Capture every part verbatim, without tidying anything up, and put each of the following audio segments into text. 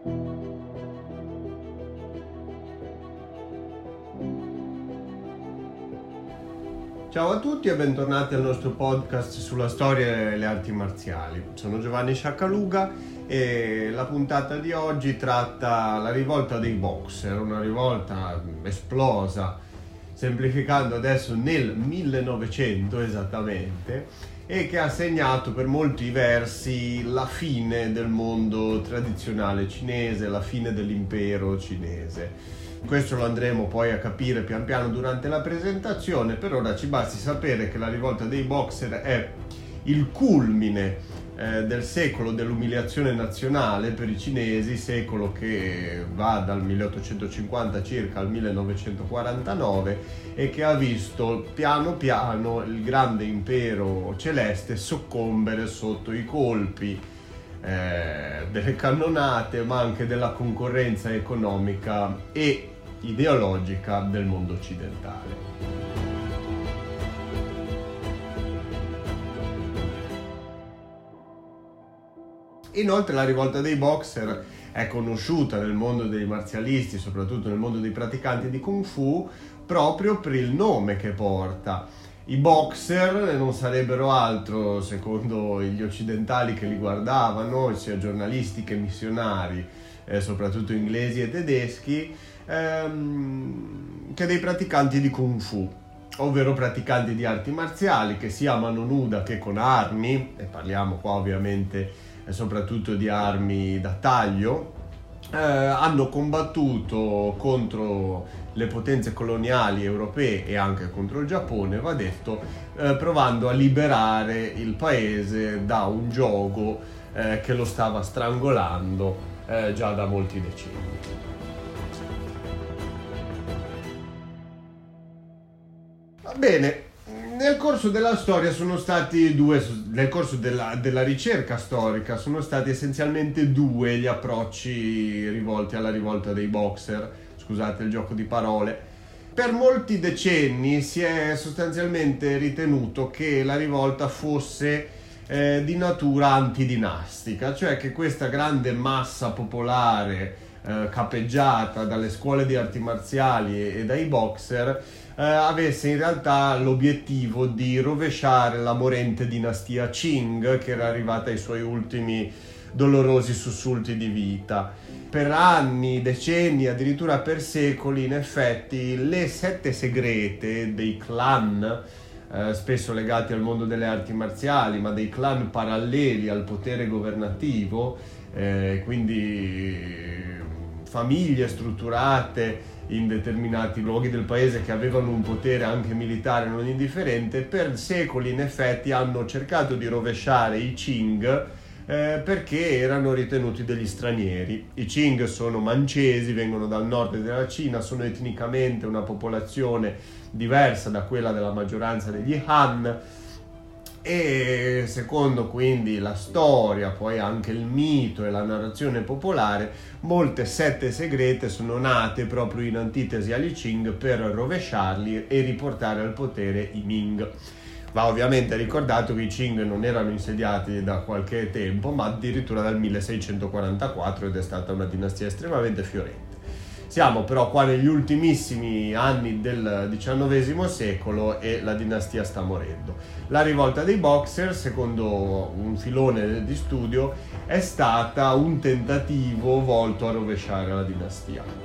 Ciao a tutti e bentornati al nostro podcast sulla storia e le arti marziali. Sono Giovanni Sciaccaluga e la puntata di oggi tratta la rivolta dei Boxer, una rivolta esplosa, semplificando adesso, nel millenovecento esattamente, e che ha segnato per molti versi la fine del mondo tradizionale cinese, la fine dell'impero cinese. Questo lo andremo poi a capire pian piano durante la presentazione. Per ora ci basti sapere che la rivolta dei Boxer è il culmine eh, del secolo dell'umiliazione nazionale per i cinesi, secolo che va dal milleottocentocinquanta circa al millenovecentoquarantanove e che ha visto piano piano il grande impero celeste soccombere sotto i colpi Eh, delle cannonate, ma anche della concorrenza economica e ideologica del mondo occidentale. Inoltre la rivolta dei Boxer è conosciuta nel mondo dei marzialisti, soprattutto nel mondo dei praticanti di Kung Fu, proprio per il nome che porta. I Boxer non sarebbero altro, secondo gli occidentali che li guardavano, sia giornalisti che missionari, eh, soprattutto inglesi e tedeschi, ehm, che dei praticanti di Kung Fu, ovvero praticanti di arti marziali che sia a mano nuda che con armi, e parliamo qua ovviamente eh, soprattutto di armi da taglio, eh, hanno combattuto contro le potenze coloniali europee e anche contro il Giappone, va detto, eh, provando a liberare il paese da un giogo eh, che lo stava strangolando eh, già da molti decenni. Va bene, nel corso della storia sono stati due, nel corso della, della ricerca storica sono stati essenzialmente due gli approcci rivolti alla rivolta dei Boxer. Scusate il gioco di parole. Per molti decenni si è sostanzialmente ritenuto che la rivolta fosse eh, di natura antidinastica, cioè che questa grande massa popolare eh, capeggiata dalle scuole di arti marziali e, e dai Boxer eh, avesse in realtà l'obiettivo di rovesciare la morente dinastia Qing, che era arrivata ai suoi ultimi dolorosi sussulti di vita. Per anni, decenni, addirittura per secoli, in effetti, le sette segrete dei clan, eh, spesso legati al mondo delle arti marziali, ma dei clan paralleli al potere governativo, eh, quindi famiglie strutturate in determinati luoghi del paese che avevano un potere anche militare non indifferente, per secoli in effetti hanno cercato di rovesciare i Qing, Eh, perché erano ritenuti degli stranieri. I Qing sono mancesi, vengono dal nord della Cina, sono etnicamente una popolazione diversa da quella della maggioranza degli Han e secondo quindi la storia, poi anche il mito e la narrazione popolare, molte sette segrete sono nate proprio in antitesi agli Qing per rovesciarli e riportare al potere i Ming. Va ovviamente ricordato che i Qing non erano insediati da qualche tempo, ma addirittura dal milleseicentoquarantaquattro, ed è stata una dinastia estremamente fiorente. Siamo però qua negli ultimissimi anni del diciannovesimo secolo e la dinastia sta morendo. La rivolta dei Boxer, secondo un filone di studio, è stata un tentativo volto a rovesciare la dinastia.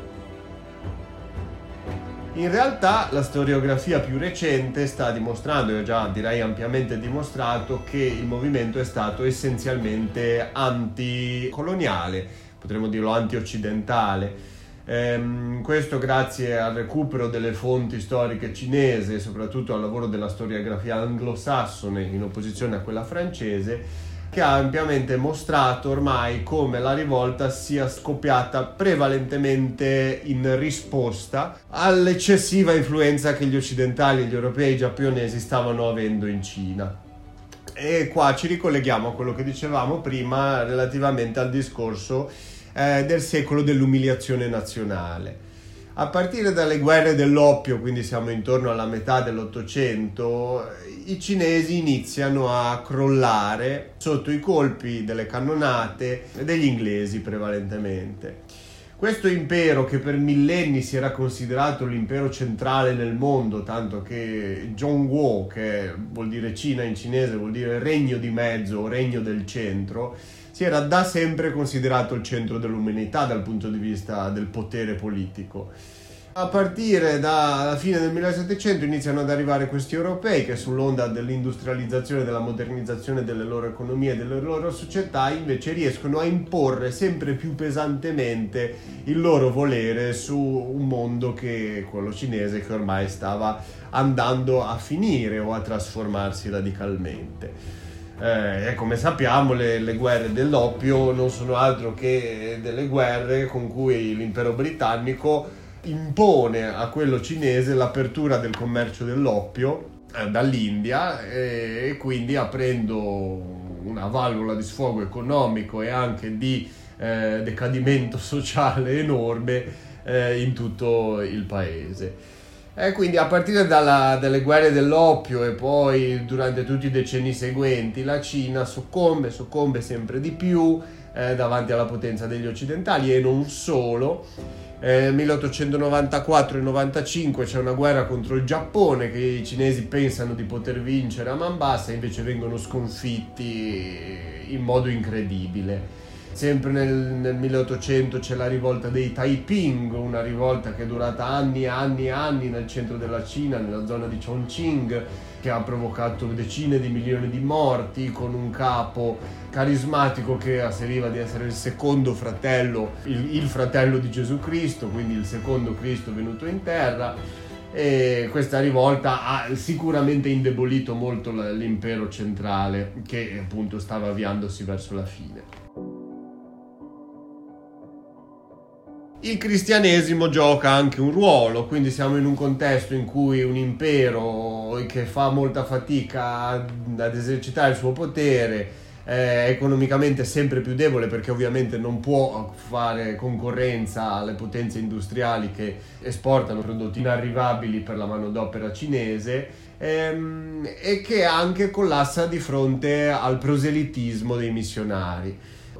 In realtà la storiografia più recente sta dimostrando, e già direi ampiamente dimostrato, che il movimento è stato essenzialmente anticoloniale, potremmo dirlo anti-occidentale. Ehm, questo grazie al recupero delle fonti storiche cinese e soprattutto al lavoro della storiografia anglosassone in opposizione a quella francese, che ha ampiamente mostrato ormai come la rivolta sia scoppiata prevalentemente in risposta all'eccessiva influenza che gli occidentali, gli europei e i giapponesi stavano avendo in Cina. E qua ci ricolleghiamo a quello che dicevamo prima relativamente al discorso eh, del secolo dell'umiliazione nazionale. A partire dalle guerre dell'oppio, quindi siamo intorno alla metà dell'Ottocento, i cinesi iniziano a crollare sotto i colpi delle cannonate degli inglesi prevalentemente. Questo impero, che per millenni si era considerato l'impero centrale nel mondo, tanto che Zhongguo, che vuol dire Cina in cinese, vuol dire regno di mezzo o regno del centro, si era da sempre considerato il centro dell'umanità dal punto di vista del potere politico. A partire dalla fine del millesettecento iniziano ad arrivare questi europei che, sull'onda dell'industrializzazione, della modernizzazione delle loro economie e delle loro società, invece riescono a imporre sempre più pesantemente il loro volere su un mondo che, quello cinese, che ormai stava andando a finire o a trasformarsi radicalmente. Eh, come sappiamo, le, le guerre dell'oppio non sono altro che delle guerre con cui l'impero britannico impone a quello cinese l'apertura del commercio dell'oppio eh, dall'India e, e quindi aprendo una valvola di sfogo economico e anche di eh, decadimento sociale enorme eh, in tutto il paese. E quindi a partire dalla, dalle guerre dell'oppio e poi durante tutti i decenni seguenti la Cina soccombe, soccombe sempre di più eh, davanti alla potenza degli occidentali e non solo. Nel eh, milleottocentonovantaquattro e novantacinque c'è una guerra contro il Giappone che i cinesi pensano di poter vincere a man bassa e invece vengono sconfitti in modo incredibile. Sempre nel, nel milleottocento c'è la rivolta dei Taiping, una rivolta che è durata anni e anni e anni nel centro della Cina, nella zona di Chongqing, che ha provocato decine di milioni di morti, con un capo carismatico che asseriva di essere il secondo fratello, il, il fratello di Gesù Cristo, quindi il secondo Cristo venuto in terra. E questa rivolta ha sicuramente indebolito molto l'impero centrale, che appunto stava avviandosi verso la fine. Il cristianesimo gioca anche un ruolo, quindi siamo in un contesto in cui un impero che fa molta fatica ad esercitare il suo potere è economicamente sempre più debole, perché ovviamente non può fare concorrenza alle potenze industriali che esportano prodotti inarrivabili per la manodopera cinese, ehm, e che anche collassa di fronte al proselitismo dei missionari.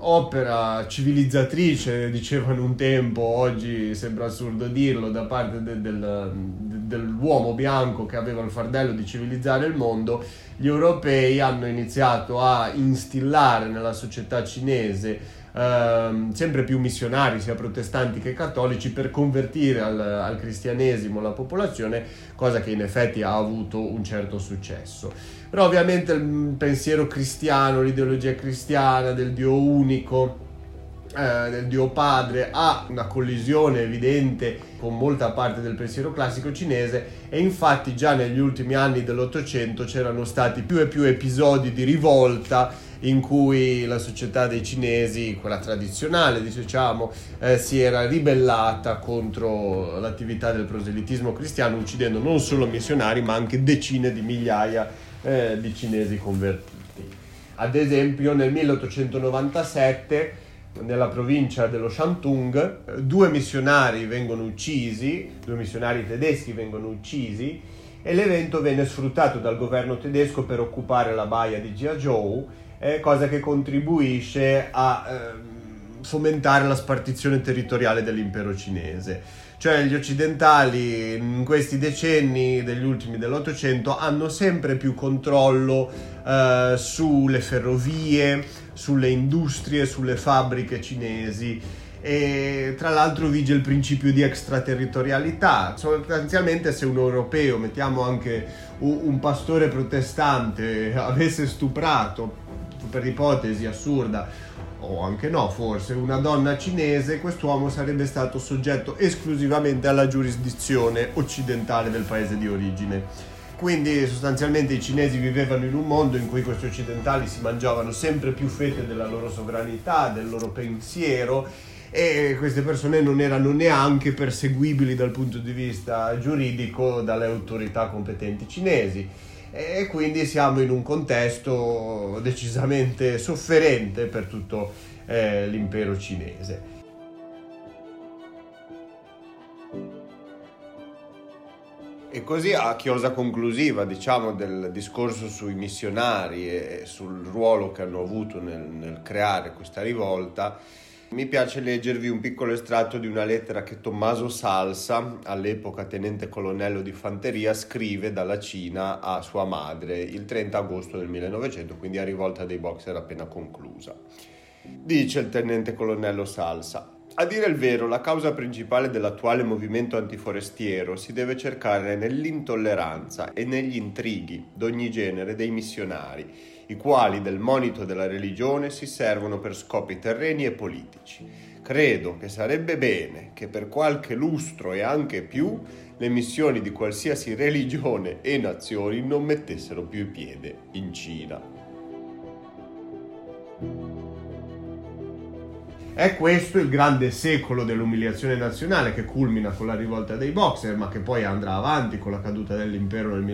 Opera civilizzatrice, dicevano un tempo, oggi sembra assurdo dirlo, da parte de, del, de, dell'uomo bianco che aveva il fardello di civilizzare il mondo. Gli europei hanno iniziato a instillare nella società cinese ehm, sempre più missionari, sia protestanti che cattolici, per convertire al, al cristianesimo la popolazione, cosa che in effetti ha avuto un certo successo. Però ovviamente il pensiero cristiano, l'ideologia cristiana del Dio unico, eh, del Dio Padre, ha una collisione evidente con molta parte del pensiero classico cinese, e infatti già negli ultimi anni dell'Ottocento c'erano stati più e più episodi di rivolta in cui la società dei cinesi, quella tradizionale diciamo, eh, si era ribellata contro l'attività del proselitismo cristiano, uccidendo non solo missionari ma anche decine di migliaia Eh, di cinesi convertiti. Ad esempio nel milleottocentonovantasette nella provincia dello Shantung due missionari vengono uccisi, due missionari tedeschi vengono uccisi, e l'evento venne sfruttato dal governo tedesco per occupare la baia di Jiazhou, eh, cosa che contribuisce a eh, fomentare la spartizione territoriale dell'impero cinese. Cioè gli occidentali in questi decenni degli ultimi dell'Ottocento hanno sempre più controllo eh, sulle ferrovie, sulle industrie, sulle fabbriche cinesi, e tra l'altro vige il principio di extraterritorialità. Sostanzialmente, se un europeo, mettiamo anche un pastore protestante, avesse stuprato, per ipotesi assurda, o anche no, forse, una donna cinese, quest'uomo sarebbe stato soggetto esclusivamente alla giurisdizione occidentale del paese di origine. Quindi sostanzialmente i cinesi vivevano in un mondo in cui questi occidentali si mangiavano sempre più fette della loro sovranità, del loro pensiero, e queste persone non erano neanche perseguibili dal punto di vista giuridico dalle autorità competenti cinesi. E quindi siamo in un contesto decisamente sofferente per tutto eh, l'impero cinese. E così, a chiosa conclusiva, diciamo, del discorso sui missionari e sul ruolo che hanno avuto nel, nel creare questa rivolta, mi piace leggervi un piccolo estratto di una lettera che Tommaso Salsa, all'epoca tenente colonnello di fanteria, scrive dalla Cina a sua madre il trenta agosto del millenovecento, quindi a rivolta dei Boxer appena conclusa. Dice il tenente colonnello Salsa: a dire il vero, la causa principale dell'attuale movimento antiforestiero si deve cercare nell'intolleranza e negli intrighi d'ogni genere dei missionari, i quali del monito della religione si servono per scopi terreni e politici. Credo che sarebbe bene che per qualche lustro e anche più le missioni di qualsiasi religione e nazioni non mettessero più piede in Cina. È questo il grande secolo dell'umiliazione nazionale, che culmina con la rivolta dei Boxer, ma che poi andrà avanti con la caduta dell'impero nel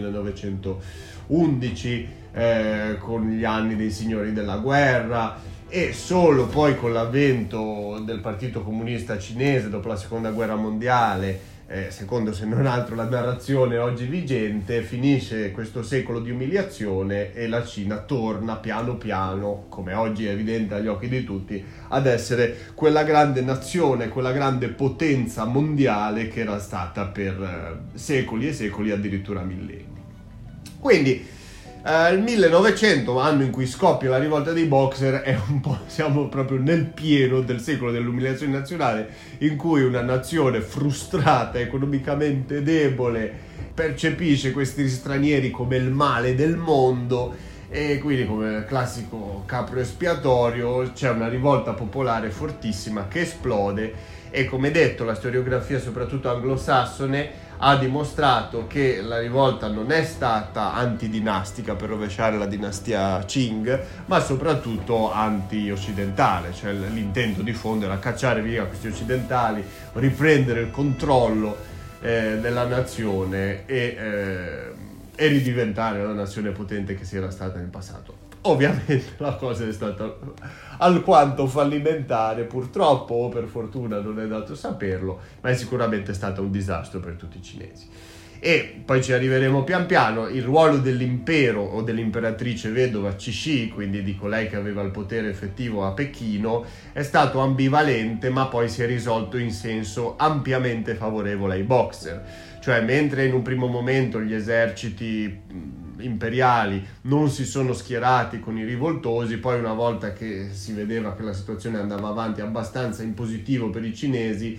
millenovecentoundici, eh, con gli anni dei signori della guerra, e solo poi con l'avvento del Partito Comunista Cinese dopo la Seconda Guerra Mondiale, eh, secondo se non altro la narrazione oggi vigente, finisce questo secolo di umiliazione e la Cina torna piano piano, come oggi è evidente agli occhi di tutti, ad essere quella grande nazione, quella grande potenza mondiale che era stata per eh, secoli e secoli, addirittura millenni. Quindi Uh, il millenovecento, anno in cui scoppia la rivolta dei Boxer, è un po', siamo proprio nel pieno del secolo dell'umiliazione nazionale, in cui una nazione frustrata, economicamente debole, percepisce questi stranieri come il male del mondo, e quindi, come classico capro espiatorio, c'è una rivolta popolare fortissima che esplode. E come detto, la storiografia soprattutto anglosassone ha dimostrato che la rivolta non è stata antidinastica per rovesciare la dinastia Qing, ma soprattutto anti-occidentale, cioè l'intento di fondo era cacciare via questi occidentali, riprendere il controllo eh, della nazione e, eh, e ridiventare la nazione potente che si era stata nel passato. Ovviamente la cosa è stata alquanto fallimentare, purtroppo o per fortuna non è dato saperlo, ma è sicuramente stato un disastro per tutti i cinesi. E poi ci arriveremo pian piano. Il ruolo dell'impero o dell'imperatrice vedova Cixi, quindi di colei che aveva il potere effettivo a Pechino, è stato ambivalente, ma poi si è risolto in senso ampiamente favorevole ai Boxer. Cioè, mentre in un primo momento gli eserciti imperiali non si sono schierati con i rivoltosi, poi una volta che si vedeva che la situazione andava avanti abbastanza in positivo per i cinesi,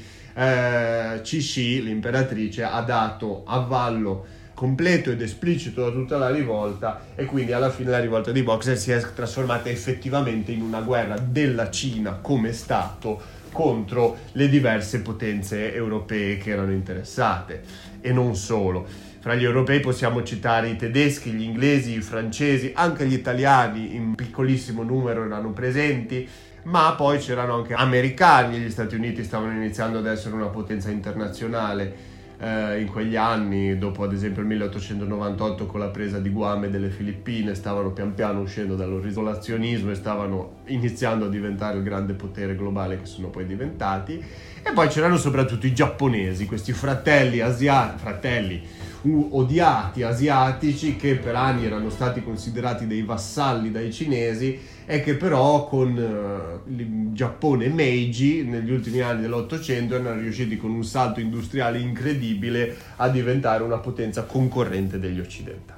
eh, Cixi, l'imperatrice, ha dato avallo completo ed esplicito a tutta la rivolta, e quindi alla fine la rivolta dei Boxer si è trasformata effettivamente in una guerra della Cina come Stato contro le diverse potenze europee che erano interessate, e non solo. Fra gli europei possiamo citare i tedeschi, gli inglesi, i francesi, anche gli italiani in piccolissimo numero erano presenti, ma poi c'erano anche americani. Gli Stati Uniti stavano iniziando ad essere una potenza internazionale eh, in quegli anni, dopo ad esempio il milleottocentonovantotto con la presa di Guam e delle Filippine, stavano pian piano uscendo dall'isolazionismo e stavano iniziando a diventare il grande potere globale che sono poi diventati. E poi c'erano soprattutto i giapponesi, questi fratelli asiatici, fratelli odiati asiatici, che per anni erano stati considerati dei vassalli dai cinesi e che però con uh, il Giappone Meiji negli ultimi anni dell'Ottocento erano riusciti con un salto industriale incredibile a diventare una potenza concorrente degli occidentali.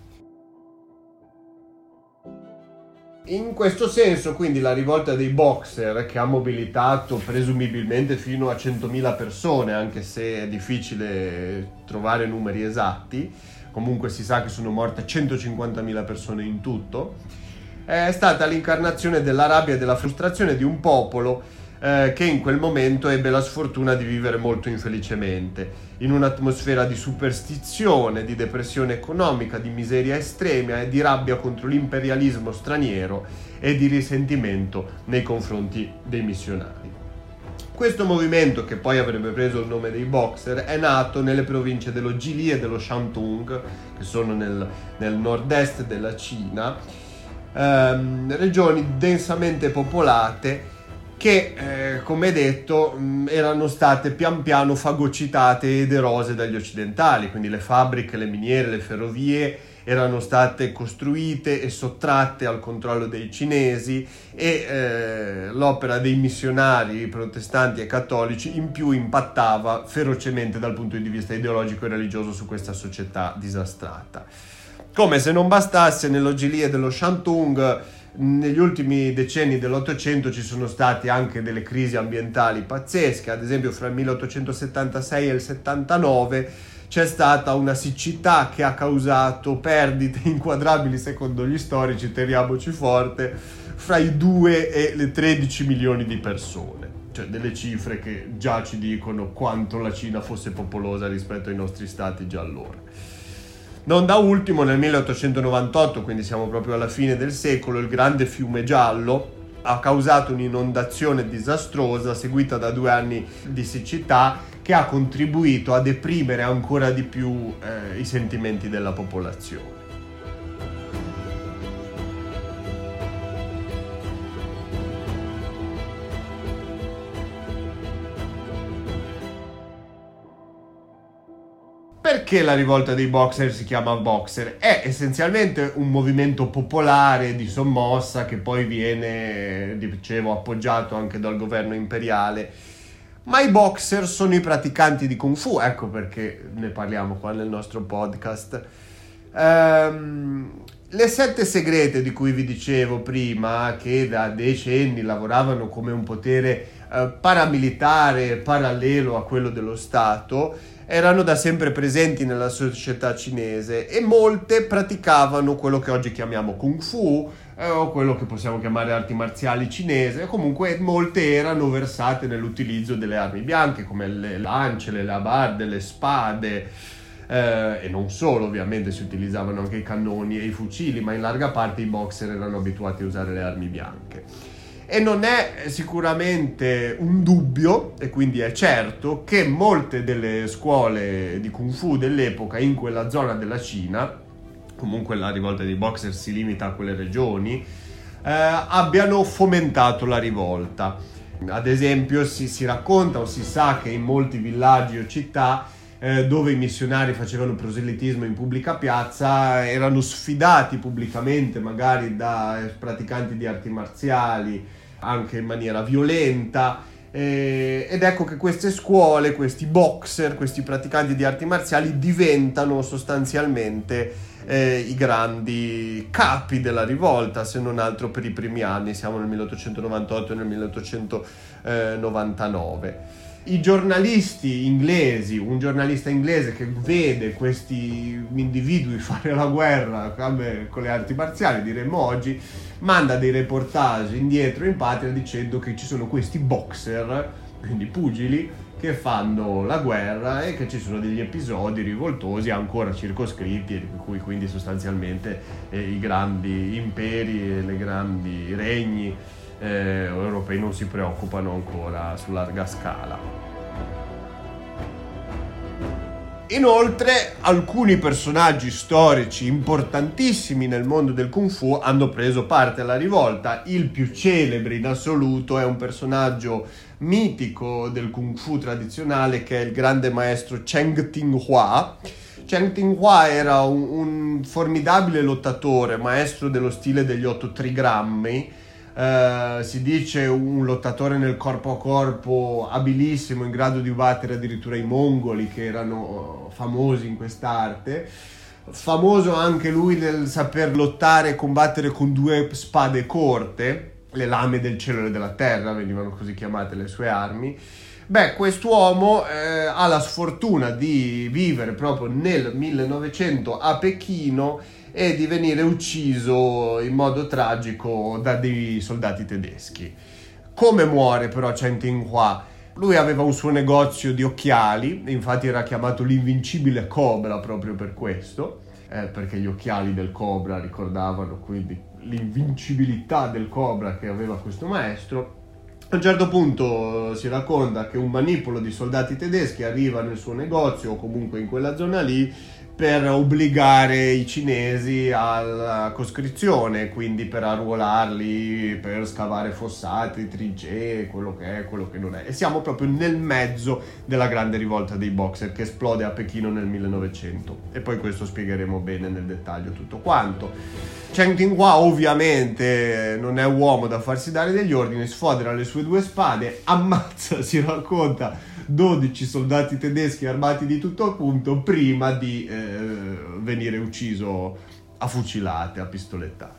In questo senso, quindi, la rivolta dei Boxer, che ha mobilitato presumibilmente fino a centomila persone, anche se è difficile trovare numeri esatti, comunque si sa che sono morte centocinquantamila persone in tutto, è stata l'incarnazione della rabbia e della frustrazione di un popolo eh, che in quel momento ebbe la sfortuna di vivere molto infelicemente, in un'atmosfera di superstizione, di depressione economica, di miseria estrema e di rabbia contro l'imperialismo straniero e di risentimento nei confronti dei missionari. Questo movimento, che poi avrebbe preso il nome dei Boxer, è nato nelle province dello Jili e dello Shantung, che sono nel, nel nord-est della Cina, ehm, regioni densamente popolate che, eh, come detto, mh, erano state pian piano fagocitate ed erose dagli occidentali, quindi le fabbriche, le miniere, le ferrovie erano state costruite e sottratte al controllo dei cinesi e eh, l'opera dei missionari protestanti e cattolici in più impattava ferocemente dal punto di vista ideologico e religioso su questa società disastrata. Come se non bastasse, nell'ogilie dello Shantung negli ultimi decenni dell'Ottocento ci sono state anche delle crisi ambientali pazzesche. Ad esempio fra il milleottocentosettantasei e il settantanove c'è stata una siccità che ha causato perdite inquadrabili, secondo gli storici, teniamoci forte, fra i due e le tredici milioni di persone, cioè delle cifre che già ci dicono quanto la Cina fosse popolosa rispetto ai nostri stati già allora. Non da ultimo, nel milleottocentonovantotto, quindi siamo proprio alla fine del secolo, il grande fiume Giallo ha causato un'inondazione disastrosa seguita da due anni di siccità che ha contribuito a deprimere ancora di più eh, i sentimenti della popolazione. Perché la rivolta dei Boxer si chiama Boxer? È essenzialmente un movimento popolare di sommossa che poi viene, dicevo, appoggiato anche dal governo imperiale. Ma i Boxer sono i praticanti di Kung Fu, ecco perché ne parliamo qua nel nostro podcast. Ehm, le sette segrete di cui vi dicevo prima, che da decenni lavoravano come un potere eh, paramilitare parallelo a quello dello Stato, erano da sempre presenti nella società cinese e molte praticavano quello che oggi chiamiamo Kung Fu eh, o quello che possiamo chiamare arti marziali cinese. Comunque molte erano versate nell'utilizzo delle armi bianche come le lance, le alabarde, le spade eh, e non solo, ovviamente si utilizzavano anche i cannoni e i fucili, ma in larga parte i boxer erano abituati a usare le armi bianche. E non è sicuramente un dubbio, e quindi è certo, che molte delle scuole di Kung Fu dell'epoca in quella zona della Cina, comunque la rivolta dei Boxer si limita a quelle regioni, eh, abbiano fomentato la rivolta. Ad esempio si, si racconta o si sa che in molti villaggi o città eh, dove i missionari facevano proselitismo in pubblica piazza erano sfidati pubblicamente magari da praticanti di arti marziali anche in maniera violenta, eh, ed ecco che queste scuole, questi boxer, questi praticanti di arti marziali diventano sostanzialmente eh, i grandi capi della rivolta, se non altro per i primi anni, siamo nel milleottocentonovantotto e nel milleottocentonovantanove. I giornalisti inglesi, un giornalista inglese che vede questi individui fare la guerra come con le arti marziali, diremmo oggi, manda dei reportage indietro in patria dicendo che ci sono questi boxer, quindi pugili, che fanno la guerra e che ci sono degli episodi rivoltosi ancora circoscritti e di cui quindi sostanzialmente eh, i grandi imperi e le grandi regni Eh, europei non si preoccupano ancora su larga scala. Inoltre, alcuni personaggi storici importantissimi nel mondo del Kung Fu hanno preso parte alla rivolta. Il più celebre in assoluto è un personaggio mitico del Kung Fu tradizionale che è il grande maestro Cheng Tinghua. Cheng Tinghua era un, un formidabile lottatore, maestro dello stile degli otto trigrammi. Uh, si dice un lottatore nel corpo a corpo abilissimo, in grado di battere addirittura i mongoli che erano uh, famosi in quest'arte. Famoso anche lui nel saper lottare e combattere con due spade corte, le lame del cielo e della terra venivano così chiamate le sue armi. Beh, quest'uomo eh, ha la sfortuna di vivere proprio nel millenovecento a Pechino e di venire ucciso in modo tragico da dei soldati tedeschi. Come muore però Cheng Tinghua? Lui aveva un suo negozio di occhiali, infatti era chiamato l'invincibile Cobra proprio per questo, eh, perché gli occhiali del Cobra ricordavano quindi l'invincibilità del Cobra che aveva questo maestro. A un certo punto si racconta che un manipolo di soldati tedeschi arriva nel suo negozio o comunque in quella zona lì, per obbligare i cinesi alla coscrizione, quindi per arruolarli, per scavare fossati, trincee, quello che è, quello che non è. E siamo proprio nel mezzo della grande rivolta dei Boxer che esplode a Pechino nel millenovecento. E poi questo spiegheremo bene nel dettaglio tutto quanto. Chen Tinghua ovviamente non è uomo da farsi dare degli ordini, sfodera le sue due spade, ammazza, si racconta, dodici soldati tedeschi armati di tutto a punto prima di eh, venire ucciso a fucilate, a pistolettate.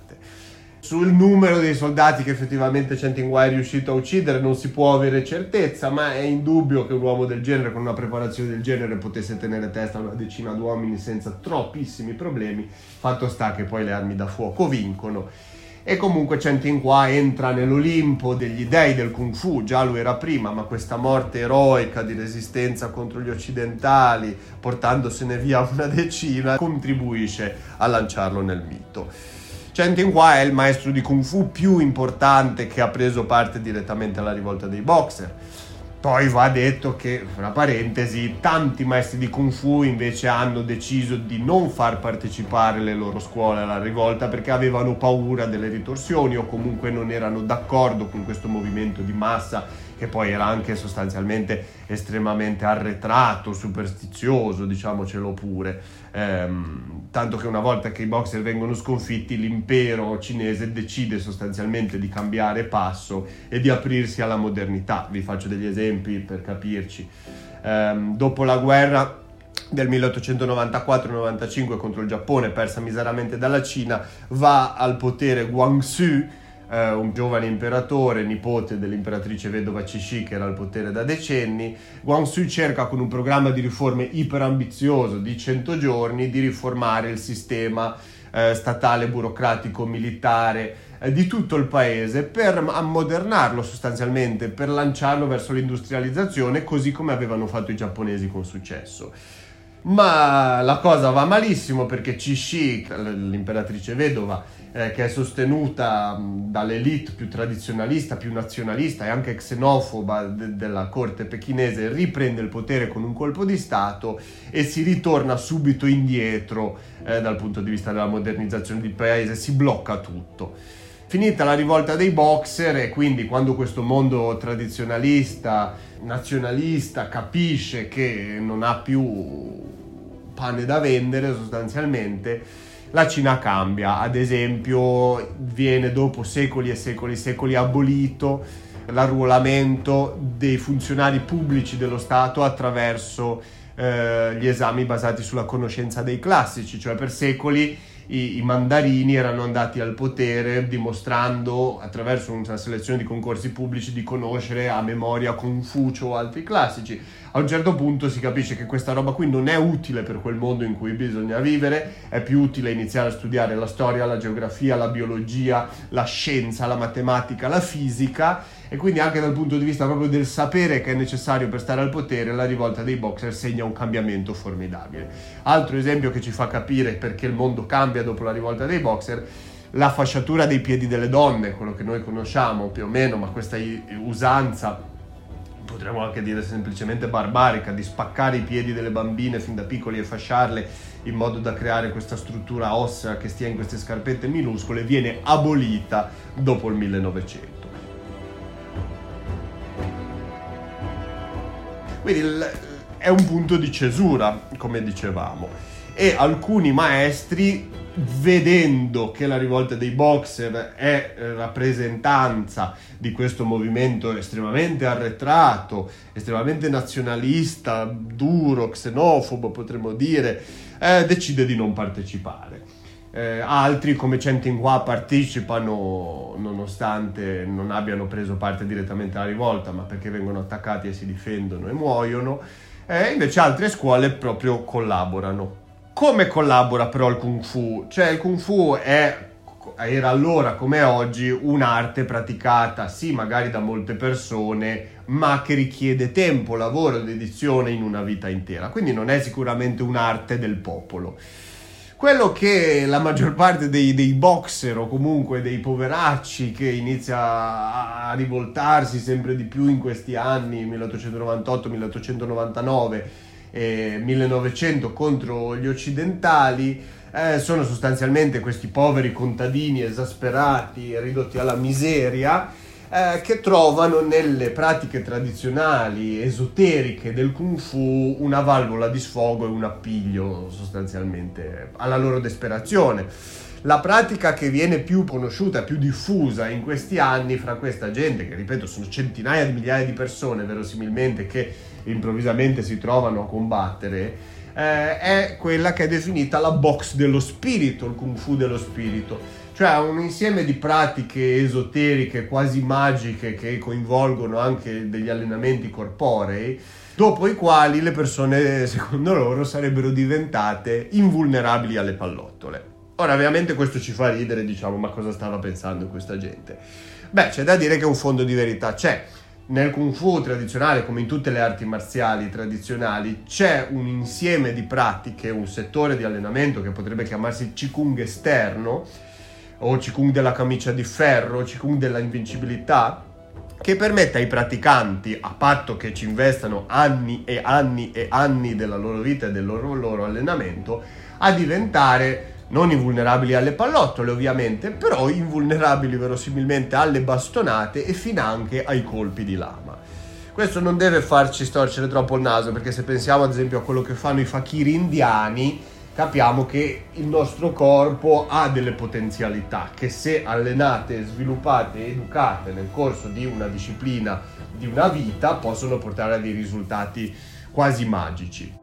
Sul numero dei soldati che effettivamente Chen Tinghua è riuscito a uccidere non si può avere certezza, ma è indubbio che un uomo del genere, con una preparazione del genere, potesse tenere testa a una decina di uomini senza troppissimi problemi. Fatto sta che poi le armi da fuoco vincono. E comunque Chen Tinghua entra nell'Olimpo degli dei del Kung Fu, già lo era prima, ma questa morte eroica di resistenza contro gli occidentali, portandosene via una decina, contribuisce a lanciarlo nel mito. Chen Tinghua è il maestro di Kung Fu più importante che ha preso parte direttamente alla rivolta dei Boxer. Poi va detto che, fra parentesi, tanti maestri di Kung Fu invece hanno deciso di non far partecipare le loro scuole alla rivolta perché avevano paura delle ritorsioni o comunque non erano d'accordo con questo movimento di massa che poi era anche sostanzialmente estremamente arretrato, superstizioso, diciamocelo pure. Ehm, tanto che una volta che i Boxer vengono sconfitti, l'impero cinese decide sostanzialmente di cambiare passo e di aprirsi alla modernità. Vi faccio degli esempi per capirci. Ehm, dopo la guerra del milleottocentonovantaquattro novantacinque contro il Giappone, persa miseramente dalla Cina, va al potere Guangxu, Uh, un giovane imperatore, nipote dell'imperatrice vedova Cixi, che era al potere da decenni. Guangxu cerca, con un programma di riforme iperambizioso di cento giorni, di riformare il sistema uh, statale, burocratico, militare uh, di tutto il paese per ammodernarlo sostanzialmente, per lanciarlo verso l'industrializzazione, così come avevano fatto i giapponesi con successo. Ma la cosa va malissimo perché Cixi, l'imperatrice vedova, eh, che è sostenuta dall'elite più tradizionalista, più nazionalista e anche xenofoba de- della corte pechinese, riprende il potere con un colpo di stato e si ritorna subito indietro eh, dal punto di vista della modernizzazione del paese, si blocca tutto. Finita la rivolta dei Boxer, e quindi quando questo mondo tradizionalista, nazionalista capisce che non ha più pane da vendere sostanzialmente, la Cina cambia. Ad esempio viene dopo secoli e secoli e secoli abolito l'arruolamento dei funzionari pubblici dello Stato attraverso eh, gli esami basati sulla conoscenza dei classici, cioè per secoli I, i mandarini erano andati al potere dimostrando attraverso una selezione di concorsi pubblici di conoscere a memoria Confucio o altri classici. A un certo punto si capisce che questa roba qui non è utile per quel mondo in cui bisogna vivere, è più utile iniziare a studiare la storia, la geografia, la biologia, la scienza, la matematica, la fisica, e quindi anche dal punto di vista proprio del sapere che è necessario per stare al potere, la rivolta dei Boxer segna un cambiamento formidabile. Altro esempio che ci fa capire perché il mondo cambia dopo la rivolta dei Boxer: la fasciatura dei piedi delle donne, quello che noi conosciamo più o meno, ma questa usanza, potremmo anche dire semplicemente barbarica, di spaccare i piedi delle bambine fin da piccoli e fasciarle in modo da creare questa struttura ossea che stia in queste scarpette minuscole, viene abolita dopo il millenovecento. Quindi è un punto di cesura, come dicevamo, e alcuni maestri, vedendo che la rivolta dei Boxer è rappresentanza di questo movimento estremamente arretrato, estremamente nazionalista, duro, xenofobo potremmo dire, eh, decide di non partecipare. Eh, altri come Chen Tinghua partecipano nonostante non abbiano preso parte direttamente alla rivolta, ma perché vengono attaccati e si difendono e muoiono, e eh, invece altre scuole proprio collaborano. Come collabora però il Kung Fu? Cioè il Kung Fu è, era allora come oggi un'arte praticata sì magari da molte persone, ma che richiede tempo, lavoro e dedizione in una vita intera, quindi non è sicuramente un'arte del popolo. Quello che la maggior parte dei, dei boxer o comunque dei poveracci che inizia a rivoltarsi sempre di più in questi anni, milleottocentonovantotto milleottocentonovantanove, e millenovecento contro gli occidentali. Eh, sono sostanzialmente questi poveri contadini esasperati e ridotti alla miseria eh, che trovano nelle pratiche tradizionali esoteriche del Kung Fu una valvola di sfogo e un appiglio sostanzialmente alla loro disperazione. La pratica che viene più conosciuta, più diffusa in questi anni fra questa gente, che ripeto sono centinaia di migliaia di persone verosimilmente che improvvisamente si trovano a combattere, eh, è quella che è definita la box dello spirito, il Kung Fu dello spirito, cioè un insieme di pratiche esoteriche quasi magiche che coinvolgono anche degli allenamenti corporei, dopo i quali le persone, secondo loro, sarebbero diventate invulnerabili alle pallottole. Ora, ovviamente questo ci fa ridere, diciamo, ma cosa stava pensando questa gente? Beh, c'è da dire che un fondo di verità c'è. Nel Kung Fu tradizionale, come in tutte le arti marziali tradizionali, c'è un insieme di pratiche, un settore di allenamento che potrebbe chiamarsi Qigong esterno, o Qigong della camicia di ferro, Qigong della invincibilità, che permette ai praticanti, a patto che ci investano anni e anni e anni della loro vita e del loro, loro allenamento, a diventare non invulnerabili alle pallottole ovviamente, però invulnerabili verosimilmente alle bastonate e finanche ai colpi di lama. Questo non deve farci storcere troppo il naso, perché se pensiamo ad esempio a quello che fanno i fakiri indiani, capiamo che il nostro corpo ha delle potenzialità che, se allenate, sviluppate e educate nel corso di una disciplina, di una vita, possono portare a dei risultati quasi magici.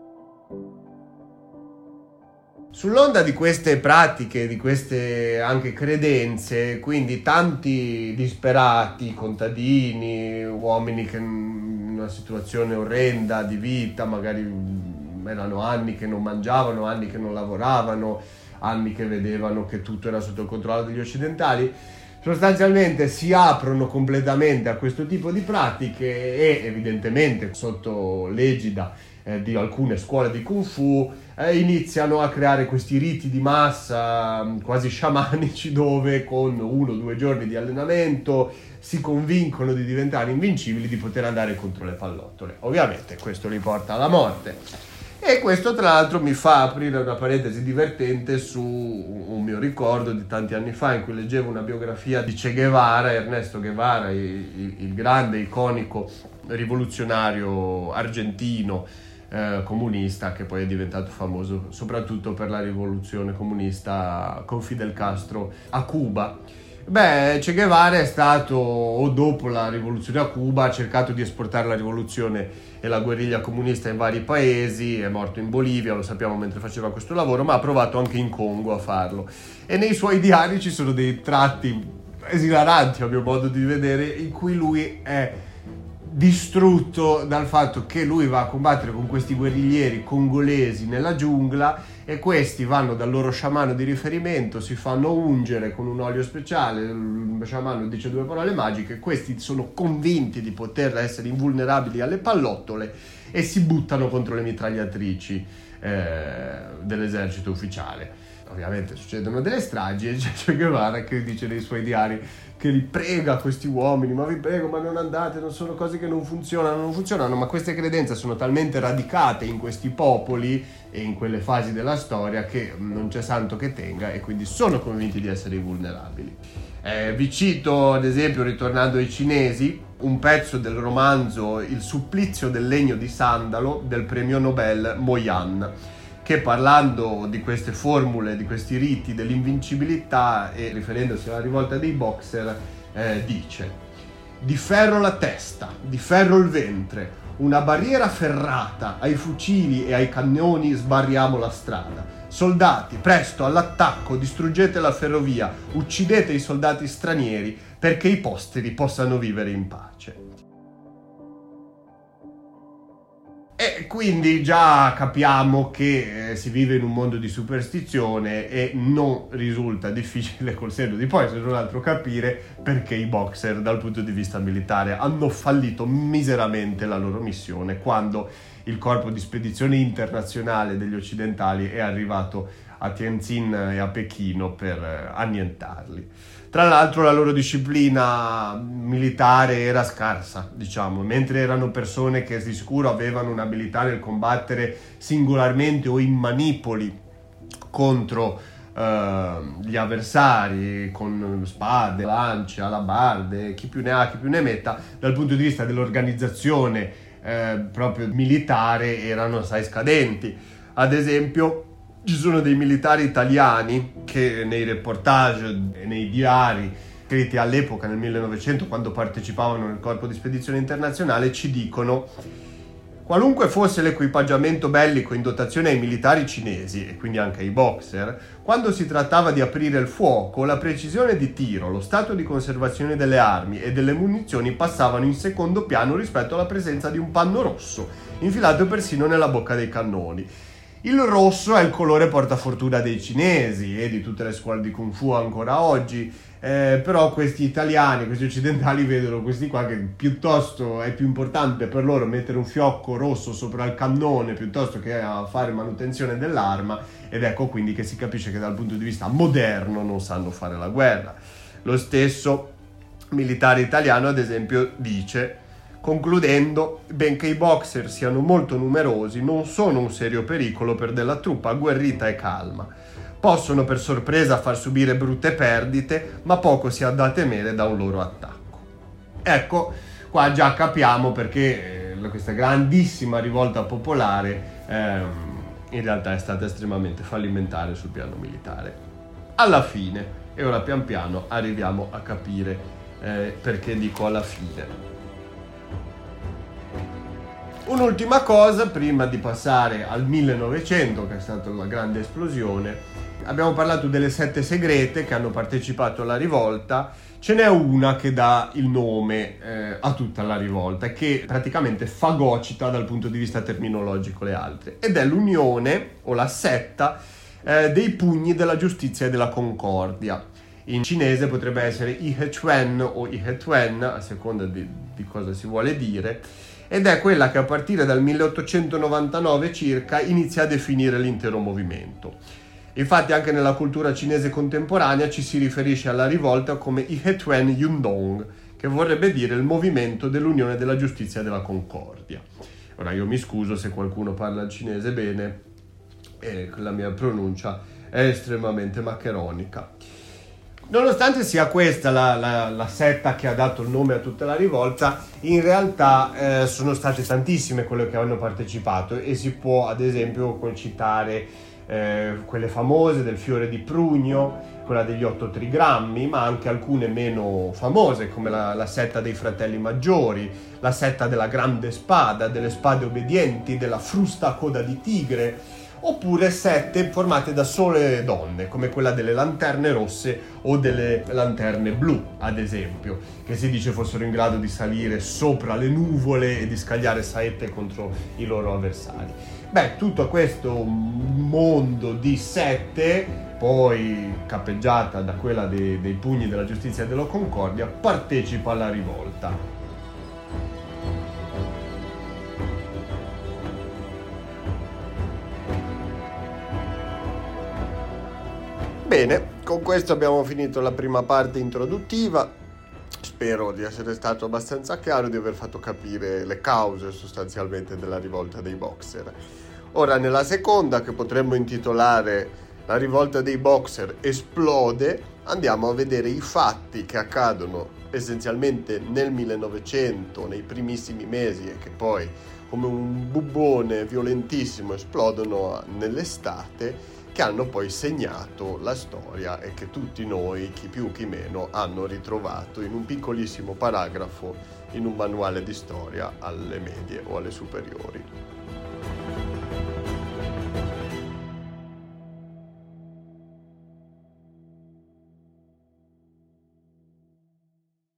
Sull'onda di queste pratiche, di queste anche credenze, quindi tanti disperati, contadini, uomini che in una situazione orrenda di vita, magari erano anni che non mangiavano, anni che non lavoravano, anni che vedevano che tutto era sotto il controllo degli occidentali, sostanzialmente si aprono completamente a questo tipo di pratiche e evidentemente sotto l'egida eh, di alcune scuole di Kung Fu eh, iniziano a creare questi riti di massa mh, quasi sciamanici, dove con uno o due giorni di allenamento si convincono di diventare invincibili, di poter andare contro le pallottole. Ovviamente questo li porta alla morte. E questo tra l'altro mi fa aprire una parentesi divertente su un mio ricordo di tanti anni fa, in cui leggevo una biografia di Che Guevara, Ernesto Guevara, il, il grande, iconico rivoluzionario argentino eh, comunista, che poi è diventato famoso soprattutto per la rivoluzione comunista con Fidel Castro a Cuba. Beh, Che Guevara è stato, o dopo la rivoluzione a Cuba, ha cercato di esportare la rivoluzione e la guerriglia comunista in vari paesi, è morto in Bolivia, lo sappiamo, mentre faceva questo lavoro, ma ha provato anche in Congo a farlo. E nei suoi diari ci sono dei tratti esilaranti, a mio modo di vedere, in cui lui è distrutto dal fatto che lui va a combattere con questi guerriglieri congolesi nella giungla, e questi vanno dal loro sciamano di riferimento, si fanno ungere con un olio speciale, il sciamano dice due parole magiche, questi sono convinti di poter essere invulnerabili alle pallottole e si buttano contro le mitragliatrici eh, dell'esercito ufficiale. Ovviamente succedono delle stragi e c'è Che Guevara che dice nei suoi diari che li prega questi uomini: ma vi prego, ma non andate, non sono cose che non funzionano, non funzionano, ma queste credenze sono talmente radicate in questi popoli e in quelle fasi della storia che non c'è santo che tenga, e quindi sono convinti di essere invulnerabili. Eh, vi cito ad esempio, ritornando ai cinesi, un pezzo del romanzo Il supplizio del legno di sandalo del premio Nobel Mo Yan, che parlando di queste formule, di questi riti dell'invincibilità e riferendosi alla rivolta dei boxer, eh, dice: di ferro la testa, di ferro il ventre, una barriera ferrata, ai fucili e ai cannoni sbarriamo la strada. Soldati, presto all'attacco, distruggete la ferrovia, uccidete i soldati stranieri perché i posteri possano vivere in pace. E quindi già capiamo che eh, si vive in un mondo di superstizione e non risulta difficile col senno di poi, se non altro, capire perché i boxer dal punto di vista militare hanno fallito miseramente la loro missione quando il corpo di spedizione internazionale degli occidentali è arrivato a Tianjin e a Pechino per eh, annientarli. Tra Tra l'altro la loro disciplina militare era scarsa, diciamo, mentre erano persone che di sicuro avevano un'abilità nel combattere singolarmente o in manipoli contro eh, gli avversari, con spade, lance, alabarde, chi più ne ha, chi più ne metta, dal punto di vista dell'organizzazione eh, proprio militare erano assai scadenti. Ad esempio, ci sono dei militari italiani che nei reportage e nei diari scritti all'epoca, nel millenovecento, quando partecipavano nel corpo di spedizione internazionale, ci dicono: qualunque fosse l'equipaggiamento bellico in dotazione ai militari cinesi, e quindi anche ai boxer, quando si trattava di aprire il fuoco, la precisione di tiro, lo stato di conservazione delle armi e delle munizioni passavano in secondo piano rispetto alla presenza di un panno rosso, infilato persino nella bocca dei cannoni. Il rosso è il colore portafortuna dei cinesi e di tutte le scuole di Kung Fu ancora oggi, eh, però questi italiani, questi occidentali vedono questi qua che piuttosto è più importante per loro mettere un fiocco rosso sopra il cannone piuttosto che a fare manutenzione dell'arma, ed ecco quindi che si capisce che dal punto di vista moderno non sanno fare la guerra. Lo stesso militare italiano, ad esempio, dice: concludendo, benché i boxer siano molto numerosi, non sono un serio pericolo per della truppa agguerrita e calma. Possono per sorpresa far subire brutte perdite, ma poco si ha da temere da un loro attacco. Ecco, qua già capiamo perché eh, questa grandissima rivolta popolare ehm, in realtà è stata estremamente fallimentare sul piano militare. Alla fine, e ora pian piano arriviamo a capire eh, perché dico alla fine. Un'ultima cosa prima di passare al millenovecento, che è stata la grande esplosione. Abbiamo parlato delle sette segrete che hanno partecipato alla rivolta. Ce n'è una che dà il nome eh, a tutta la rivolta, che praticamente fagocita dal punto di vista terminologico le altre, ed è l'unione o la setta eh, dei pugni della giustizia e della concordia. In cinese potrebbe essere I He Chuan o I He Tuen, a seconda di, di cosa si vuole dire, ed è quella che a partire dal milleottocentonovantanove circa inizia a definire l'intero movimento. Infatti anche nella cultura cinese contemporanea ci si riferisce alla rivolta come I He Tuen Yundong, che vorrebbe dire il movimento dell'unione della giustizia e della concordia. Ora io mi scuso se qualcuno parla il cinese bene e la mia pronuncia è estremamente maccheronica. Nonostante sia questa la, la, la setta che ha dato il nome a tutta la rivolta, in realtà eh, sono state tantissime quelle che hanno partecipato, e si può ad esempio citare eh, quelle famose del fiore di Prugno, quella degli otto trigrammi, ma anche alcune meno famose come la, la setta dei fratelli maggiori, la setta della grande spada, delle spade obbedienti, della frusta a coda di tigre, oppure sette formate da sole donne, come quella delle lanterne rosse o delle lanterne blu, ad esempio, che si dice fossero in grado di salire sopra le nuvole e di scagliare saette contro i loro avversari. Beh, tutto questo mondo di sette, poi cappeggiata da quella dei, dei pugni della giustizia e della concordia, partecipa alla rivolta. Bene, con questo abbiamo finito la prima parte introduttiva. Spero di essere stato abbastanza chiaro, di aver fatto capire le cause sostanzialmente della rivolta dei boxer. Ora, nella seconda, che potremmo intitolare La rivolta dei boxer esplode, andiamo a vedere i fatti che accadono essenzialmente nel millenovecento, nei primissimi mesi, e che poi, come un bubbone violentissimo, esplodono nell'estate, che hanno poi segnato la storia e che tutti noi, chi più chi meno, hanno ritrovato in un piccolissimo paragrafo in un manuale di storia alle medie o alle superiori.